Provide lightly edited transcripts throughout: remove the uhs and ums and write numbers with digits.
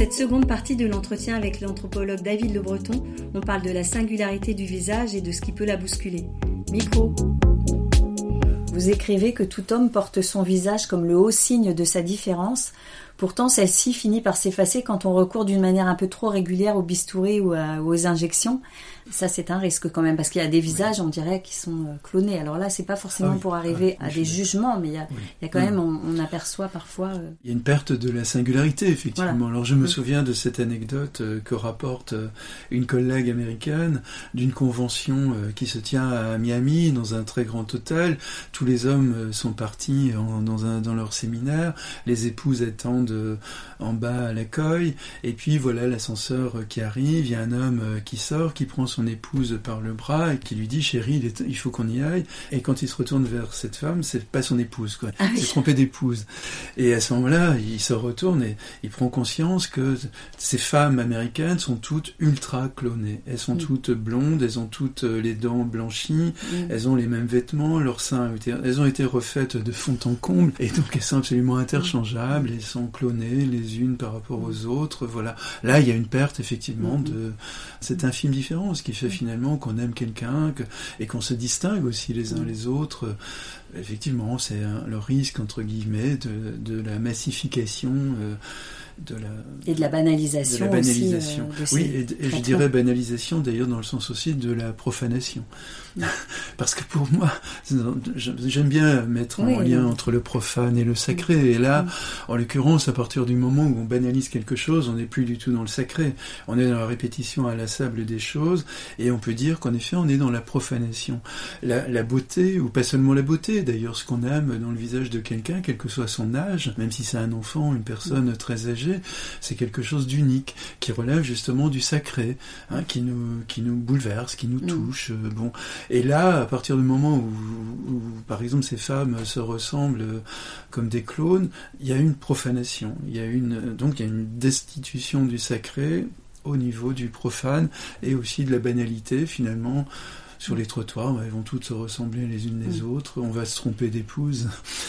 cette seconde partie de l'entretien avec l'anthropologue David Le Breton, on parle de la singularité du visage et de ce qui peut la bousculer. Micro. Vous écrivez que tout homme porte son visage comme le haut signe de sa différence. Pourtant, celle-ci finit par s'effacer quand on recourt d'une manière un peu trop régulière au bistouri ou aux injections. Ça, c'est un risque quand même, parce qu'il y a des visages, on dirait, qui sont clonés. Alors là, c'est pas forcément pour arriver à des jugements, mais il y a quand même, on aperçoit parfois... Il y a une perte de la singularité, effectivement. Voilà. Alors je me souviens de cette anecdote que rapporte une collègue américaine d'une convention qui se tient à Miami, dans un très grand hôtel. Tous les hommes sont partis dans leur séminaire, les épouses attendent en bas à l'accueil, et puis voilà l'ascenseur qui arrive, il y a un homme qui sort, qui prend son épouse par le bras et qui lui dit « Chérie, il faut qu'on y aille ». Et quand il se retourne vers cette femme, c'est pas son épouse, quoi. Il s'est trompé d'épouse. Et à ce moment-là, il se retourne et il prend conscience que ces femmes américaines sont toutes ultra clonées. Elles sont toutes blondes, elles ont toutes les dents blanchies, elles ont les mêmes vêtements, leurs seins elles ont été refaites de fond en comble, et donc elles sont absolument interchangeables, elles sont clonées les unes par rapport aux autres. Voilà. Là, il y a une perte, effectivement, de cette infime différence qui fait finalement qu'on aime quelqu'un et qu'on se distingue aussi les uns les autres. Effectivement, c'est le risque, entre guillemets, de la massification et de la banalisation. De la banalisation. Aussi, oui, et je dirais banalisation d'ailleurs dans le sens aussi de la profanation. Parce que pour moi, j'aime bien mettre en lien entre le profane et le sacré. Et là, en l'occurrence, à partir du moment où on banalise quelque chose, on n'est plus du tout dans le sacré. On est dans la répétition inlassable des choses, et on peut dire qu'en effet, on est dans la profanation. La beauté, ou pas seulement la beauté, d'ailleurs, ce qu'on aime dans le visage de quelqu'un, quel que soit son âge, même si c'est un enfant, une personne très âgée, c'est quelque chose d'unique, qui relève justement du sacré, qui nous bouleverse, qui nous touche. Bon. Et là, à partir du moment où, par exemple, ces femmes se ressemblent comme des clones, il y a une profanation, donc il y a une destitution du sacré au niveau du profane et aussi de la banalité, finalement. Sur les trottoirs, elles vont toutes se ressembler les unes les autres. On va se tromper d'épouse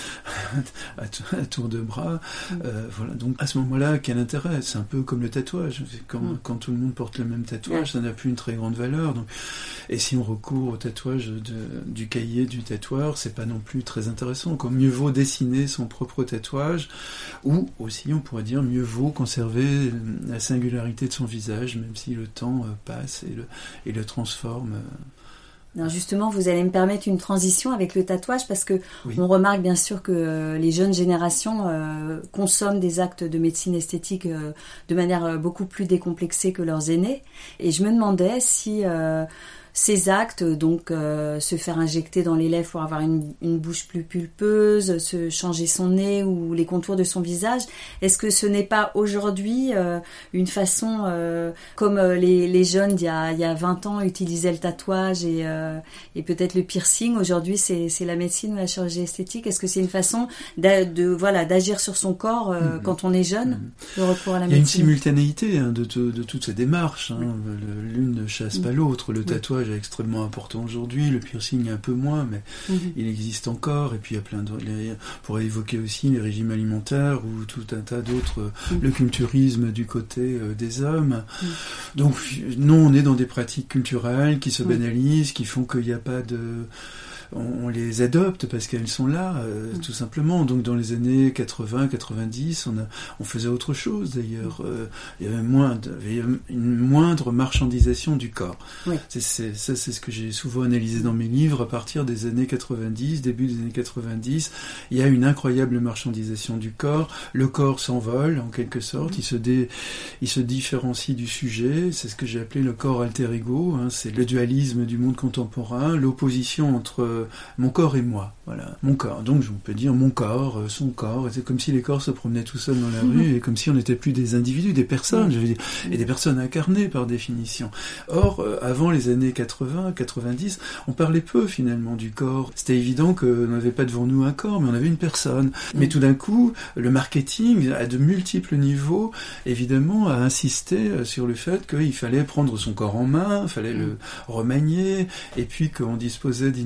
à tour de bras. Voilà. Donc à ce moment-là, quel intérêt ? C'est un peu comme le tatouage. Quand tout le monde porte le même tatouage, ça n'a plus une très grande valeur. Donc, et si on recourt au tatouage du cahier du tatoueur, c'est pas non plus très intéressant. Comme mieux vaut dessiner son propre tatouage, ou aussi on pourrait dire mieux vaut conserver la singularité de son visage, même si le temps passe et le transforme. Non, justement, vous allez me permettre une transition avec le tatouage, parce que on remarque bien sûr que les jeunes générations consomment des actes de médecine esthétique de manière beaucoup plus décomplexée que leurs aînés. Et je me demandais si ces actes, donc se faire injecter dans les lèvres pour avoir une bouche plus pulpeuse, se changer son nez ou les contours de son visage, est-ce que ce n'est pas aujourd'hui une façon, comme les jeunes d'il y a 20 ans utilisaient le tatouage et peut-être le piercing, aujourd'hui c'est la médecine ou la chirurgie esthétique, est-ce que c'est une façon d'agir sur son corps quand on est jeune, le recours à la médecine? Il y a une simultanéité de toutes ces démarches, l'une ne chasse pas l'autre, le tatouage est extrêmement important aujourd'hui, le piercing un peu moins, mais il existe encore, et puis il y a plein d'autres. On pourrait évoquer aussi les régimes alimentaires ou tout un tas d'autres, le culturisme du côté des hommes. Donc non, on est dans des pratiques culturelles qui se banalisent, qui font qu'il n'y a pas de... On les adopte parce qu'elles sont là, tout simplement. Donc dans les années 80, 90, on faisait autre chose d'ailleurs. Il y avait une moindre marchandisation du corps. Oui. C'est ce que j'ai souvent analysé dans mes livres. À partir des années 90, début des années 90, il y a une incroyable marchandisation du corps. Le corps s'envole en quelque sorte. Il se différencie du sujet. C'est ce que j'ai appelé le corps alter ego. C'est le dualisme du monde contemporain, l'opposition entre mon corps et moi, voilà, mon corps. Donc on peut dire mon corps, son corps. C'est comme si les corps se promenaient tout seuls dans la rue et comme si on n'était plus des individus, des personnes, je veux dire, et des personnes incarnées par définition. Or, avant les années 80, 90, on parlait peu finalement du corps. C'était évident qu'on n'avait pas devant nous un corps, mais on avait une personne. Mais tout d'un coup, le marketing, à de multiples niveaux, évidemment, a insisté sur le fait qu'il fallait prendre son corps en main, il fallait le remanier, et puis qu'on disposait d'innombrables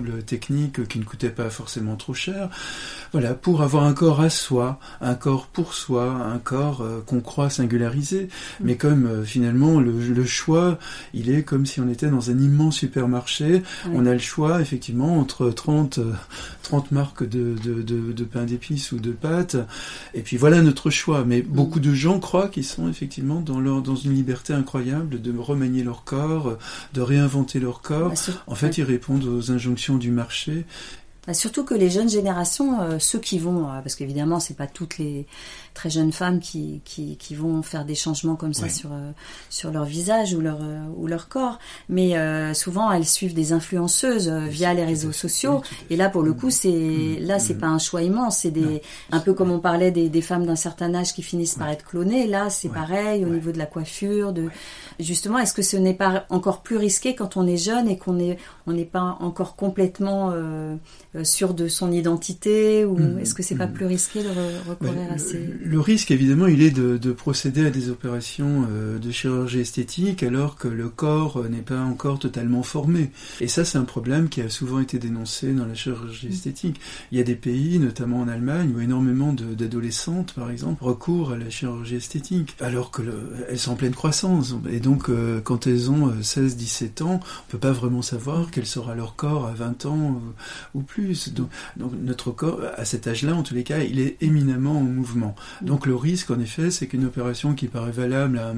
tables techniques qui ne coûtaient pas forcément trop cher. Voilà, pour avoir un corps à soi, un corps pour soi, un corps qu'on croit singularisé. Mais comme finalement le choix, il est comme si on était dans un immense supermarché. On a le choix effectivement entre 30 marques de pain d'épices ou de pâtes. Et puis voilà notre choix. Mais beaucoup de gens croient qu'ils sont effectivement dans une liberté incroyable de remanier leur corps, de réinventer leur corps. En fait, ils répondent aux injonctions du marché. Surtout que les jeunes générations, ceux qui vont, parce qu'évidemment c'est pas toutes les très jeunes femmes qui vont faire des changements comme ça sur leur visage ou leur corps, mais souvent elles suivent des influenceuses via les réseaux sociaux, et là pour le coup c'est pas un choix immense, c'est un peu comme on parlait des femmes d'un certain âge qui finissent par être clonées, là c'est pareil au niveau de la coiffure, justement, est-ce que ce n'est pas encore plus risqué quand on est jeune et qu'on n'est pas encore complètement sûr de son identité, ou est-ce que c'est pas plus risqué de recourir à ces... Le risque, évidemment, il est de procéder à des opérations de chirurgie esthétique alors que le corps n'est pas encore totalement formé. Et ça, c'est un problème qui a souvent été dénoncé dans la chirurgie esthétique. Il y a des pays, notamment en Allemagne, où énormément d'adolescentes, par exemple, recourent à la chirurgie esthétique, alors qu'elles sont en pleine croissance. Et donc, quand elles ont 16-17 ans, on peut pas vraiment savoir quel sera leur corps à 20 ans ou plus. Donc notre corps, à cet âge-là, en tous les cas, il est éminemment en mouvement. Donc le risque, en effet, c'est qu'une opération qui leur paraît valable à un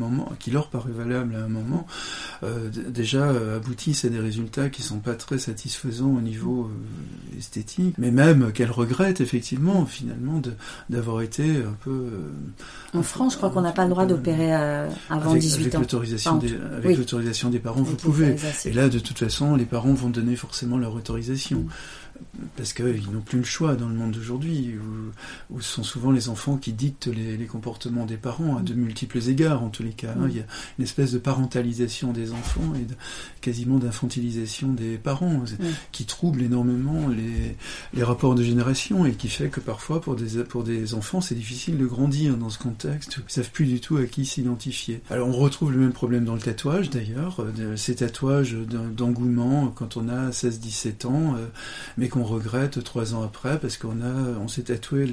moment, déjà aboutisse à des résultats qui sont pas très satisfaisants au niveau esthétique, mais même qu'elles regrettent effectivement, finalement, d'avoir été un peu... En France, je crois qu'on n'a pas le droit d'opérer avant 18 ans. Avec l'autorisation des parents, vous pouvez. Et là, de toute façon, les parents vont donner forcément leur autorisation. Parce qu'ils n'ont plus le choix dans le monde d'aujourd'hui, où ce sont souvent les enfants qui dictent les comportements des parents, à de multiples égards en tous les cas. Il y a une espèce de parentalisation des enfants et quasiment d'infantilisation des parents qui trouble énormément les rapports de génération et qui fait que parfois pour des enfants c'est difficile de grandir dans ce contexte, ils ne savent plus du tout à qui s'identifier. Alors on retrouve le même problème dans le tatouage d'ailleurs, ces tatouages d'engouement quand on a 16-17 ans, mais qu'on regrette 3 ans après parce on s'est tatoué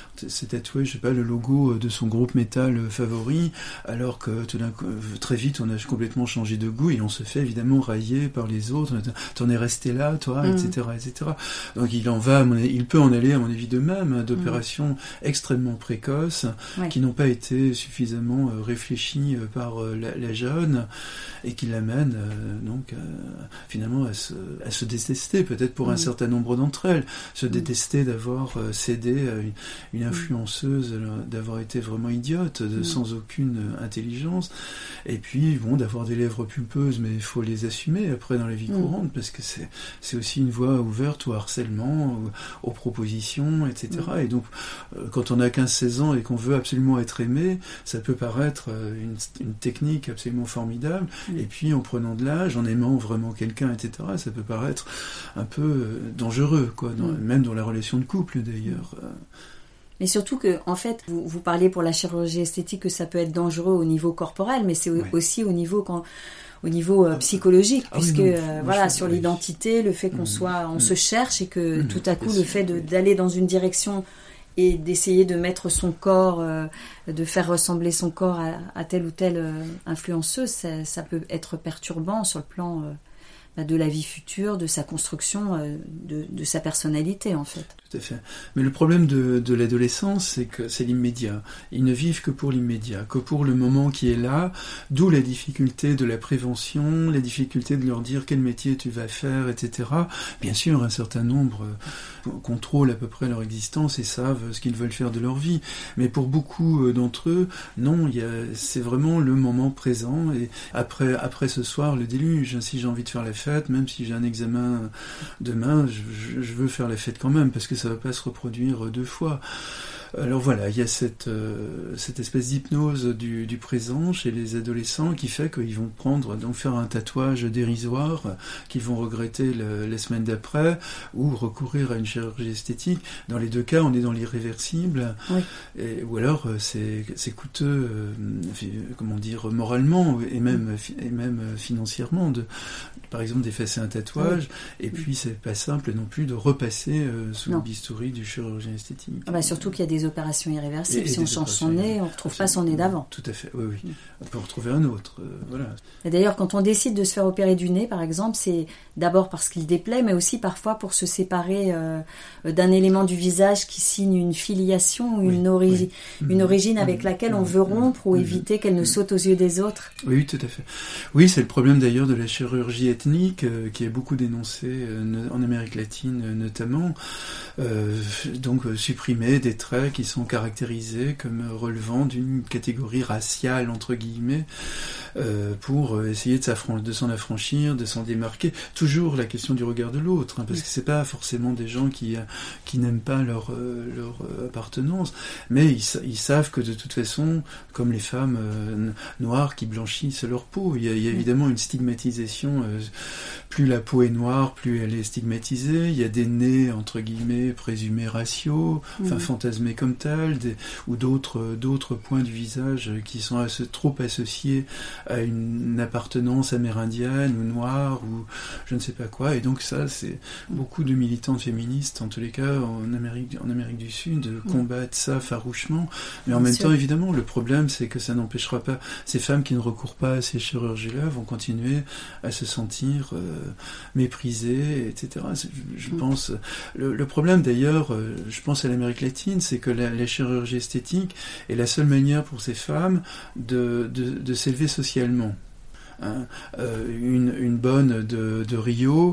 je sais pas, le logo de son groupe métal favori, alors que tout d'un coup, très vite on a complètement changé de goût et on se fait évidemment railler par les autres. T'en es resté là, toi, etc., etc. Donc il peut en aller à mon avis de même, d'opérations extrêmement précoces qui n'ont pas été suffisamment réfléchies par la jeune et qui l'amènent donc finalement à se détester peut-être pour un certain nombre d'entre elles, se détester d'avoir cédé à une influenceuse, d'avoir été vraiment idiote, sans aucune intelligence, et puis d'avoir des lèvres pulpeuses, mais il faut les assumer après dans la vie courante, parce que c'est aussi une voie ouverte au harcèlement, aux propositions, etc. Et donc, quand on a 15-16 ans et qu'on veut absolument être aimé, ça peut paraître une technique absolument formidable, et puis en prenant de l'âge, en aimant vraiment quelqu'un, etc., ça peut paraître un peu dangereux, quoi, même dans la relation de couple d'ailleurs. Mais surtout que, en fait, vous parlez pour la chirurgie esthétique que ça peut être dangereux au niveau corporel, mais c'est aussi au niveau psychologique, puisque sur l'identité, le fait qu'on on se cherche et que tout à coup le fait d'aller dans une direction et d'essayer de mettre son corps, de faire ressembler son corps à telle ou telle influenceuse, ça peut être perturbant sur le plan de la vie future, de sa construction, de sa personnalité en fait. Tout à fait. Mais le problème de l'adolescence, c'est que c'est l'immédiat. Ils ne vivent que pour l'immédiat, que pour le moment qui est là, d'où la difficulté de la prévention, la difficulté de leur dire quel métier tu vas faire, etc. Bien sûr, un certain nombre contrôlent à peu près leur existence et savent ce qu'ils veulent faire de leur vie. Mais pour beaucoup d'entre eux, non, c'est vraiment le moment présent et après ce soir, le déluge. Si j'ai envie de faire la fête, même si j'ai un examen demain, je veux faire la fête quand même, parce que ça va pas se reproduire 2 fois. Alors voilà, il y a cette espèce d'hypnose du présent chez les adolescents qui fait qu'ils vont faire un tatouage dérisoire qu'ils vont regretter les semaines d'après, ou recourir à une chirurgie esthétique. Dans les deux cas, on est dans l'irréversible, ou alors c'est coûteux, moralement et même financièrement, par exemple d'effacer un tatouage, et puis c'est pas simple non plus de repasser sous le bistouri du chirurgien esthétique. Surtout qu'il y a des opérations irréversibles. Si on change son nez, on ne retrouve pas son nez d'avant. Tout à fait, oui. On peut en retrouver un autre. Voilà. Et d'ailleurs, quand on décide de se faire opérer du nez, par exemple, c'est d'abord parce qu'il déplaît, mais aussi parfois pour se séparer d'un élément du visage qui signe une filiation, une origine avec laquelle on veut rompre ou éviter qu'elle ne saute aux yeux des autres. Oui, tout à fait. Oui, c'est le problème d'ailleurs de la chirurgie ethnique qui est beaucoup dénoncée en Amérique latine notamment. Donc supprimer des traits qui sont caractérisés comme relevant d'une catégorie raciale entre guillemets pour essayer de s'en affranchir, de s'en démarquer. Toujours la question du regard de l'autre, parce que c'est pas forcément des gens qui n'aiment pas leur appartenance, mais ils savent que de toute façon, comme les femmes noires qui blanchissent leur peau, il y a évidemment une stigmatisation. Plus la peau est noire, plus elle est stigmatisée. Il y a des nez entre guillemets présumés raciaux, fantasmés comme tels, ou d'autres points du visage qui sont trop associés à une appartenance amérindienne ou noire ou je ne sais pas quoi. Et donc ça, c'est beaucoup de militantes féministes, en tous les cas en Amérique du Sud, combattent ça farouchement. Mais en même temps, évidemment, le problème, c'est que ça n'empêchera pas ces femmes qui ne recourent pas à ces chirurgies-là vont continuer à se sentir méprisées, etc. Je pense. Le problème, d'ailleurs, je pense à l'Amérique latine, c'est que la chirurgie esthétique est la seule manière pour ces femmes de s'élever socialement. Une bonne de Rio,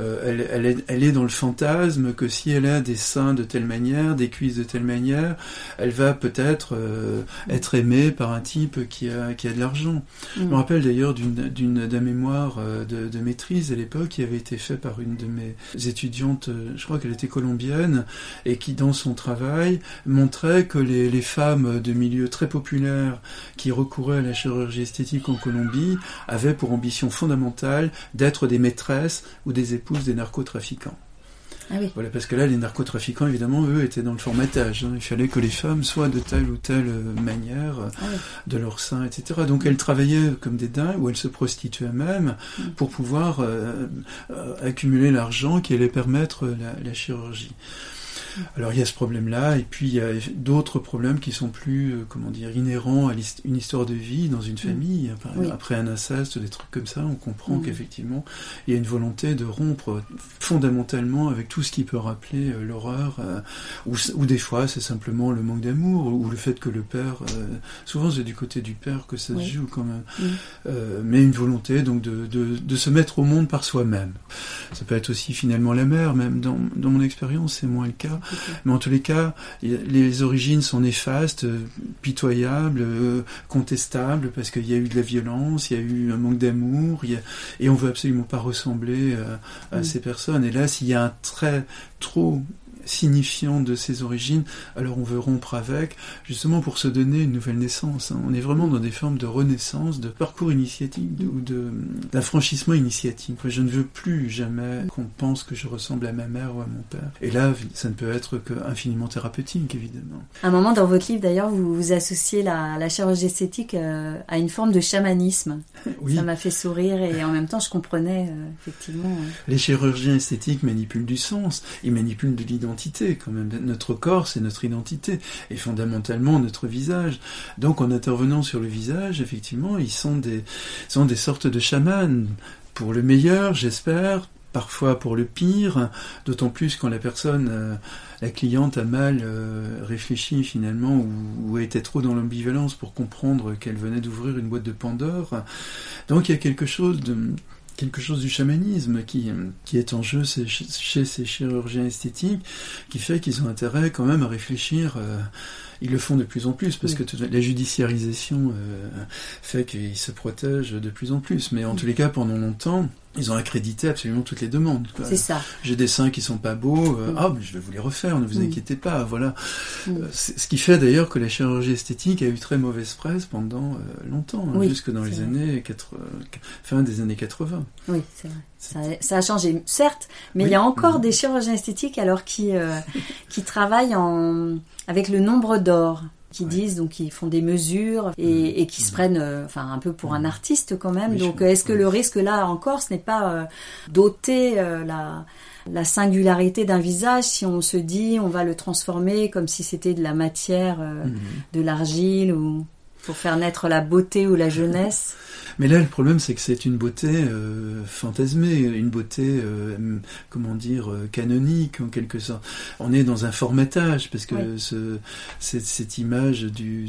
elle est dans le fantasme que si elle a des seins de telle manière, des cuisses de telle manière, elle va peut-être être aimée par un type qui a de l'argent. Je me rappelle d'ailleurs d'un mémoire de maîtrise à l'époque qui avait été fait par une de mes étudiantes, je crois qu'elle était colombienne, et qui dans son travail montrait que les femmes de milieux très populaires qui recouraient à la chirurgie esthétique en Colombie avaient pour ambition fondamentale d'être des maîtresses ou des épouses des narcotrafiquants. Ah oui. Voilà, parce que là, les narcotrafiquants, évidemment, eux, étaient dans le formatage. Il fallait que les femmes soient de telle ou telle manière, de leur sein, etc. Donc, elles travaillaient comme des dingues, ou elles se prostituaient même, pour pouvoir accumuler l'argent qui allait permettre la chirurgie. Alors il y a ce problème-là, et puis il y a d'autres problèmes qui sont plus, inhérents à une histoire de vie dans une famille. Après un inceste, des trucs comme ça, on comprend qu'effectivement, il y a une volonté de rompre fondamentalement avec tout ce qui peut rappeler l'horreur, ou des fois c'est simplement le manque d'amour, ou le fait que le père, souvent c'est du côté du père que ça se joue quand même, mais une volonté donc de se mettre au monde par soi-même. Ça peut être aussi finalement la mère, même dans mon expérience c'est moins le cas. Mais en tous les cas, les origines sont néfastes, pitoyables, contestables, parce qu'il y a eu de la violence, il y a eu un manque d'amour, et on veut absolument pas ressembler à ces personnes. Et là, s'il y a un trait trop signifiant de ses origines, alors on veut rompre avec, justement pour se donner une nouvelle naissance. On est vraiment dans des formes de renaissance, de parcours initiatique ou d'un franchissement initiatique. Je ne veux plus jamais qu'on pense que je ressemble à ma mère ou à mon père. Et là, ça ne peut être qu'infiniment thérapeutique, évidemment. À un moment dans votre livre, d'ailleurs, vous associez la chirurgie esthétique à une forme de chamanisme. Oui. Ça m'a fait sourire et en même temps, je comprenais effectivement. Les chirurgiens esthétiques manipulent du sens, ils manipulent de l'identité quand même. Notre corps, c'est notre identité, et fondamentalement notre visage. Donc en intervenant sur le visage, effectivement, ils sont des sortes de chamans, pour le meilleur, j'espère, parfois pour le pire, d'autant plus quand la cliente a mal réfléchi finalement, ou était trop dans l'ambivalence pour comprendre qu'elle venait d'ouvrir une boîte de Pandore. Donc il y a quelque chose du chamanisme qui est en jeu chez ces chirurgiens esthétiques, qui fait qu'ils ont intérêt quand même à réfléchir. Ils le font de plus en plus, parce que la judiciarisation fait qu'ils se protègent de plus en plus. Mais en tous les cas, pendant longtemps, ils ont accrédité absolument toutes les demandes. Quoi. C'est ça. J'ai des seins qui sont pas beaux, mais je vais vous les refaire, ne vous inquiétez pas, voilà. C'est ce qui fait d'ailleurs que la chirurgie esthétique a eu très mauvaise presse pendant longtemps, jusque dans les années fin des années 80. Oui, c'est vrai. Ça a changé, certes, mais il y a encore des chirurgiens esthétiques alors qui travaillent avec le nombre d'or. Qui disent, donc ils font des mesures et qui se prennent un peu pour un artiste quand même. Donc est-ce que le risque là encore, ce n'est pas d'ôter la singularité d'un visage si on se dit on va le transformer comme si c'était de la matière, de l'argile ou pour faire naître la beauté ou la jeunesse? Mais là, le problème, c'est que c'est une beauté fantasmée, une beauté, canonique, en quelque sorte. On est dans un formatage, parce que cette image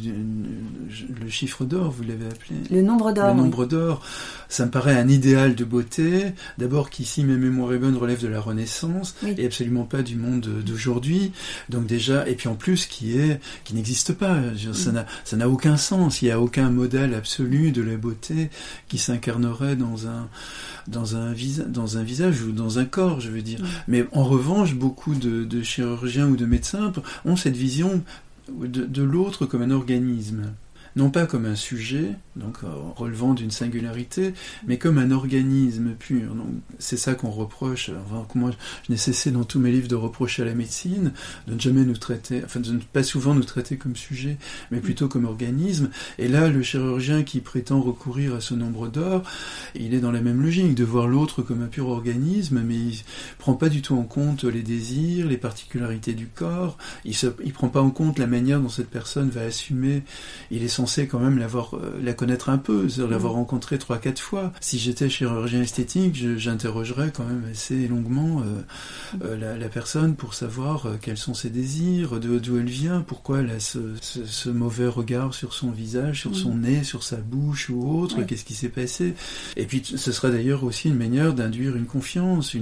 le chiffre d'or, vous l'avez appelé? Le nombre d'or. Le nombre d'or, ça me paraît un idéal de beauté, d'abord qui, si ma mémoire est bonne, relève de la Renaissance, et absolument pas du monde d'aujourd'hui. Donc déjà, et puis en plus, qui n'existe pas. Ça n'a aucun sens. Il n'y a aucun modèle absolu de la beauté qui s'incarnerait dans un visage ou dans un corps, je veux dire. Mais en revanche, beaucoup de chirurgiens ou de médecins ont cette vision de l'autre comme un organisme. Non pas comme un sujet, donc relevant d'une singularité, mais comme un organisme pur. Donc, c'est ça qu'on reproche. Que moi, je n'ai cessé dans tous mes livres de reprocher à la médecine, de ne jamais nous traiter, de ne pas souvent nous traiter comme sujet, mais plutôt comme organisme. Et là, le chirurgien qui prétend recourir à ce nombre d'or, il est dans la même logique, de voir l'autre comme un pur organisme, mais il prend pas du tout en compte les désirs, les particularités du corps. Il prend pas en compte la manière dont cette personne va assumer. Il est censé quand même la connaître un peu, c'est-à-dire l'avoir rencontrée 3-4 fois. Si j'étais chirurgien esthétique, j'interrogerais quand même assez longuement la personne pour savoir quels sont ses désirs, d'où elle vient, pourquoi elle a ce mauvais regard sur son visage, sur son nez, sur sa bouche ou autre, qu'est-ce qui s'est passé. Et puis ce serait d'ailleurs aussi une manière d'induire une confiance,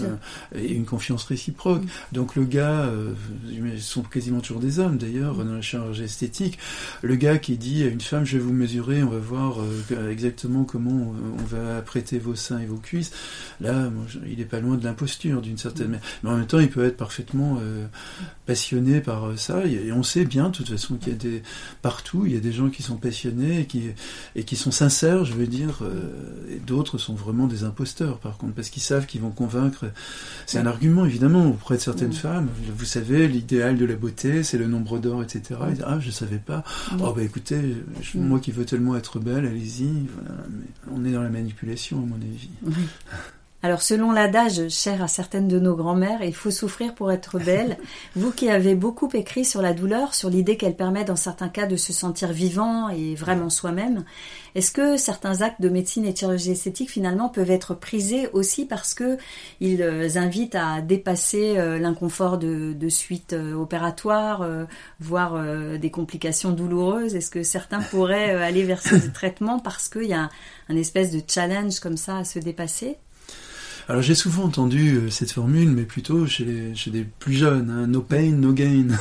une confiance réciproque. Donc le gars, ils sont quasiment toujours des hommes d'ailleurs dans la chirurgie esthétique, le gars qui dit à une femme, je vais vous mesurer, on va voir exactement comment on va apprêter vos seins et vos cuisses. Là, il est pas loin de l'imposture d'une certaine manière. Mais en même temps, il peut être parfaitement passionné par ça. Et on sait bien, de toute façon, qu'il y a partout, il y a des gens qui sont passionnés et qui sont sincères, je veux dire, et d'autres sont vraiment des imposteurs, par contre, parce qu'ils savent qu'ils vont convaincre. C'est un argument, évidemment, auprès de certaines femmes. Vous savez, l'idéal de la beauté, c'est le nombre d'or, etc. Ils disent, je savais pas. Écoutez, moi qui veux tellement être belle, allez-y. Voilà. Mais on est dans la manipulation, à mon avis. Alors, selon l'adage cher à certaines de nos grand-mères, il faut souffrir pour être belle. Vous qui avez beaucoup écrit sur la douleur, sur l'idée qu'elle permet dans certains cas de se sentir vivant et vraiment soi-même, est-ce que certains actes de médecine et de chirurgie esthétique finalement peuvent être prisés aussi parce que ils invitent à dépasser l'inconfort de suites opératoires, voire des complications douloureuses? Est-ce que certains pourraient aller vers ces traitements parce qu'il y a un espèce de challenge comme ça à se dépasser? Alors j'ai souvent entendu cette formule, mais plutôt chez des plus jeunes, no pain, no gain.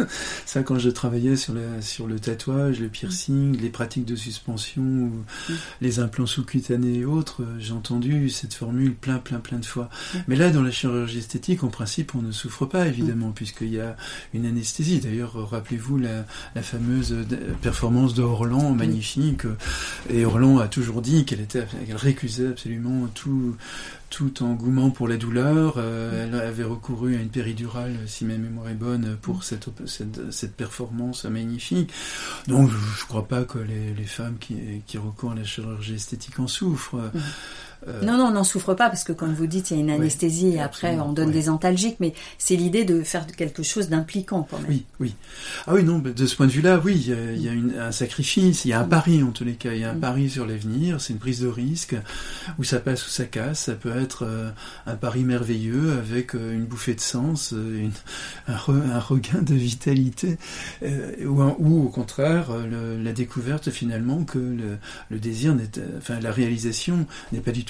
Ça, quand je travaillais sur le tatouage, le piercing, les pratiques de suspension, les implants sous-cutanés et autres, j'ai entendu cette formule plein de fois. Mais là, dans la chirurgie esthétique, en principe, on ne souffre pas, évidemment, puisqu'il y a une anesthésie. D'ailleurs, rappelez-vous la fameuse performance de Orlan, magnifique. Et Orlan a toujours dit qu'elle récusait absolument tout engouement pour la douleur. Elle avait recouru à une péridurale, si ma mémoire est bonne, pour cette performance magnifique. Donc je ne crois pas que les femmes qui recourent à la chirurgie esthétique en souffrent. Non, on n'en souffre pas parce que, comme vous dites, il y a une anesthésie et après on donne des antalgiques, mais c'est l'idée de faire quelque chose d'impliquant quand même. Oui. Ah oui, non, de ce point de vue-là, oui, il y a un sacrifice, il y a un pari en tous les cas, il y a un pari sur l'avenir, c'est une prise de risque, où ça passe ou ça casse, ça peut être un pari merveilleux avec une bouffée de sens, un regain de vitalité, ou au contraire, la découverte finalement que le désir la réalisation n'est pas du tout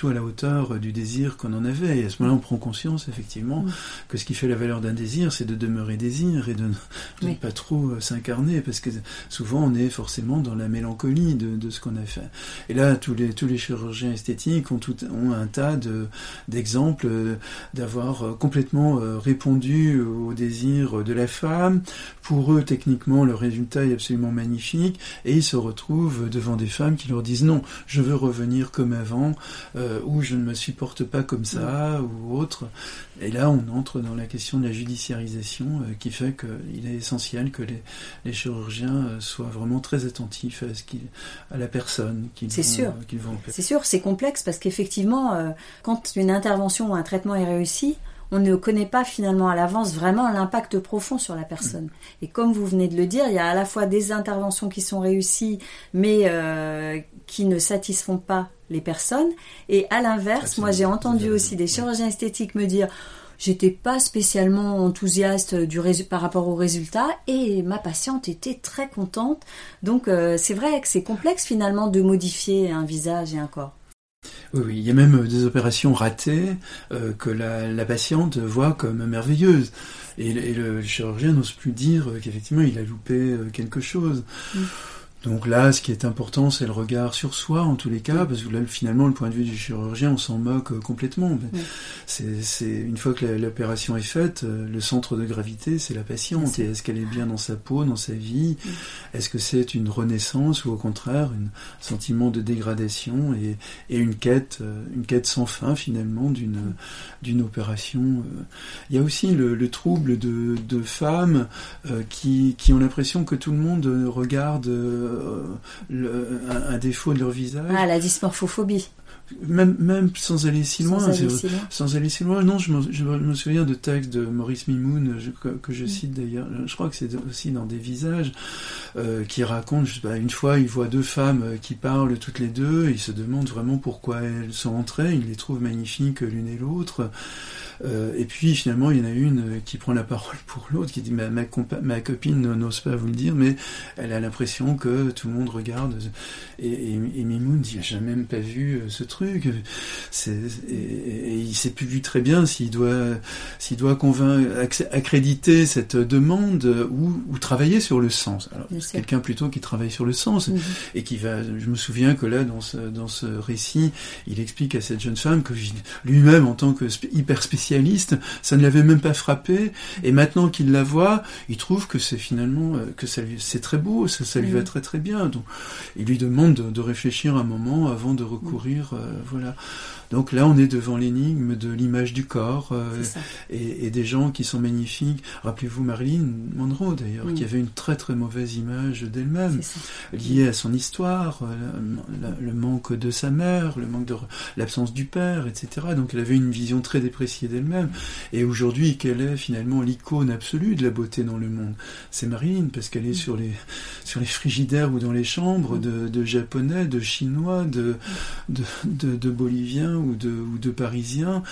tout à la hauteur du désir qu'on en avait. Et à ce moment-là, on prend conscience, effectivement, que ce qui fait la valeur d'un désir, c'est de demeurer désir et de ne pas trop s'incarner, parce que souvent, on est forcément dans la mélancolie de ce qu'on a fait. Et là, tous les chirurgiens esthétiques ont un tas d'exemples d'avoir complètement répondu au désir de la femme. Pour eux, techniquement, le résultat est absolument magnifique, et ils se retrouvent devant des femmes qui leur disent non, je veux revenir comme avant, ou je ne me supporte pas comme ça, ou autre. Et là, on entre dans la question de la judiciarisation, qui fait qu'il est essentiel que les chirurgiens soient vraiment très attentifs à la personne qu'ils vont opérer. C'est sûr, c'est complexe, parce qu'effectivement, quand une intervention ou un traitement est réussi, on ne connaît pas finalement à l'avance vraiment l'impact profond sur la personne. Et comme vous venez de le dire, il y a à la fois des interventions qui sont réussies, mais qui ne satisfont pas les personnes. Et à l'inverse, moi j'ai entendu aussi des chirurgiens esthétiques me dire « j'étais pas spécialement enthousiaste par rapport au résultat et ma patiente était très contente ». Donc c'est vrai que c'est complexe finalement de modifier un visage et un corps. Oui, il y a même des opérations ratées que la patiente voit comme merveilleuses. Et le chirurgien n'ose plus dire qu'effectivement il a loupé quelque chose. Donc là, ce qui est important, c'est le regard sur soi, en tous les cas, parce que là, finalement, le point de vue du chirurgien, on s'en moque complètement. C'est une fois que l'opération est faite, le centre de gravité, c'est la patiente. Et est-ce qu'elle est bien dans sa peau, dans sa vie ? Est-ce que c'est une renaissance ou au contraire un sentiment de dégradation et une quête sans fin, finalement, d'une opération. Il y a aussi le trouble de femmes qui ont l'impression que tout le monde regarde un défaut de leur visage. Ah, la dysmorphophobie. Même sans aller si loin. Sans aller si loin. Non, je me souviens de textes de Maurice Mimoun, que je cite d'ailleurs, je crois que c'est aussi dans Des visages, qui raconte, je sais pas, une fois il voit deux femmes qui parlent toutes les deux, et il se demande vraiment pourquoi elles sont entrées, il les trouve magnifiques l'une et l'autre. Et puis finalement il y en a une qui prend la parole pour l'autre, qui dit ma copine n'ose pas vous le dire, mais elle a l'impression que tout le monde regarde, et Mimoun dit j'ai même pas vu ce truc, et il sait plus très bien s'il doit accréditer cette demande ou travailler sur le sens. Alors c'est quelqu'un plutôt qui travaille sur le sens, et qui va, je me souviens que là dans ce récit il explique à cette jeune femme que lui-même en tant que hyper spécialiste, ça ne l'avait même pas frappé, et maintenant qu'il la voit, il trouve que c'est finalement c'est très beau, ça lui va très très bien. Donc il lui demande de réfléchir un moment avant de recourir, voilà. Donc là, on est devant l'énigme de l'image du corps, et des gens qui sont magnifiques. Rappelez-vous Marilyn Monroe, d'ailleurs, qui avait une très très mauvaise image d'elle-même, liée à son histoire, le manque de sa mère, l'absence du père, etc. Donc elle avait une vision très dépréciée d'elle-même. Et aujourd'hui, quelle est finalement l'icône absolue de la beauté dans le monde ? C'est Marilyn, parce qu'elle est sur les frigidaires ou dans les chambres de Japonais, de Chinois, de Boliviens, ou de Parisiens,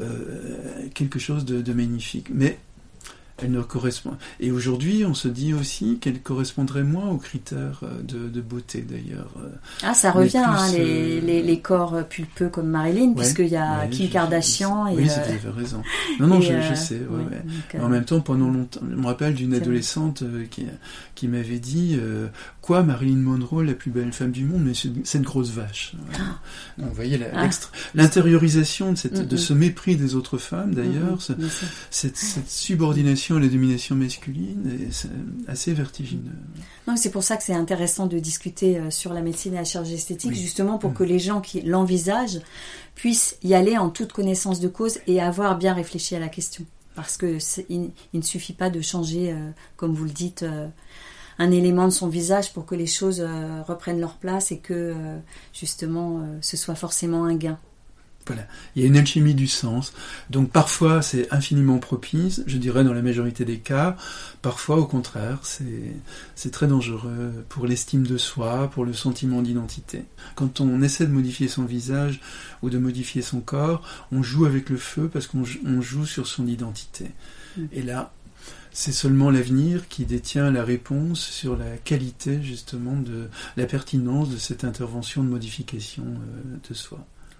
quelque chose de magnifique. Mais elle ne correspond. Et aujourd'hui, on se dit aussi qu'elle correspondrait moins aux critères de beauté, d'ailleurs. Ah, ça revient, les corps pulpeux comme Marilyn, puisqu'il y a Kim Kardashian. Oui, vous avez raison. Non, je sais. Donc, en même temps, pendant longtemps, je me rappelle d'une adolescente qui m'avait dit quoi, Marilyn Monroe, la plus belle femme du monde, mais c'est une grosse vache. Donc, vous voyez l'intériorisation de ce mépris des autres femmes, d'ailleurs, cette subordination à la domination masculine, c'est assez vertigineux. Non, c'est pour ça que c'est intéressant de discuter sur la médecine et la chirurgie esthétique, justement pour que les gens qui l'envisagent puissent y aller en toute connaissance de cause et avoir bien réfléchi à la question. Parce que il ne suffit pas de changer, comme vous le dites, un élément de son visage pour que les choses reprennent leur place et que justement ce soit forcément un gain. Voilà, il y a une alchimie du sens. Donc parfois c'est infiniment propice, je dirais dans la majorité des cas. Parfois au contraire, c'est très dangereux pour l'estime de soi, pour le sentiment d'identité. Quand on essaie de modifier son visage ou de modifier son corps, on joue avec le feu parce qu'on joue sur son identité. Et là, c'est seulement l'avenir qui détient la réponse sur la qualité justement de la pertinence de cette intervention de modification de soi.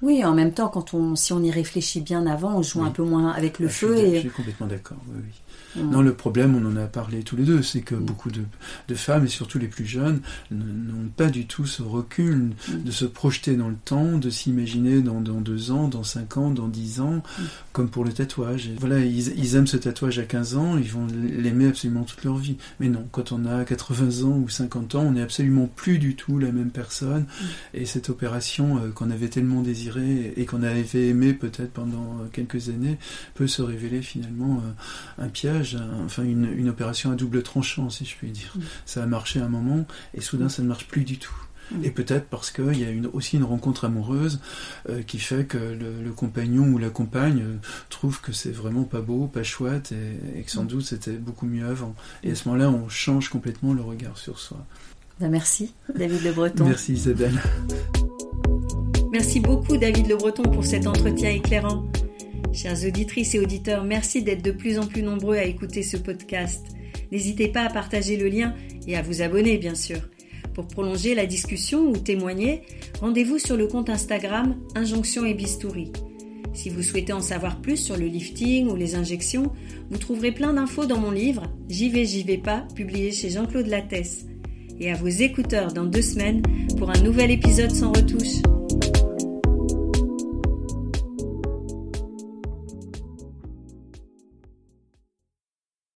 Oui, en même temps, si on y réfléchit bien avant, on joue un peu moins avec le feu. Je suis complètement d'accord, oui. Non, le problème, on en a parlé tous les deux, c'est que beaucoup de femmes, et surtout les plus jeunes, n'ont pas du tout ce recul de se projeter dans le temps, de s'imaginer dans 2 ans, dans 5 ans, dans 10 ans, comme pour le tatouage. Et voilà, ils aiment ce tatouage à 15 ans, ils vont l'aimer absolument toute leur vie. Mais non, quand on a 80 ans ou 50 ans, on n'est absolument plus du tout la même personne. Et cette opération qu'on avait tellement désirée et qu'on avait aimée peut-être pendant quelques années peut se révéler finalement un piège. Enfin une opération à double tranchant, si je puis dire. Ça a marché un moment et soudain ça ne marche plus du tout. Et peut-être parce qu'il y a aussi une rencontre amoureuse qui fait que le compagnon ou la compagne trouve que c'est vraiment pas beau, pas chouette et que sans doute c'était beaucoup mieux avant. Et à ce moment-là, on change complètement le regard sur soi. Merci David Le Breton. Merci Isabelle. Merci beaucoup David Le Breton pour cet entretien éclairant. Chères auditrices et auditeurs, merci d'être de plus en plus nombreux à écouter ce podcast. N'hésitez pas à partager le lien et à vous abonner, bien sûr. Pour prolonger la discussion ou témoigner, rendez-vous sur le compte Instagram Injonction et Bistouri. Si vous souhaitez en savoir plus sur le lifting ou les injections, vous trouverez plein d'infos dans mon livre « J'y vais pas » publié chez Jean-Claude Lattès. Et à vos écouteurs dans 2 semaines pour un nouvel épisode sans retouche.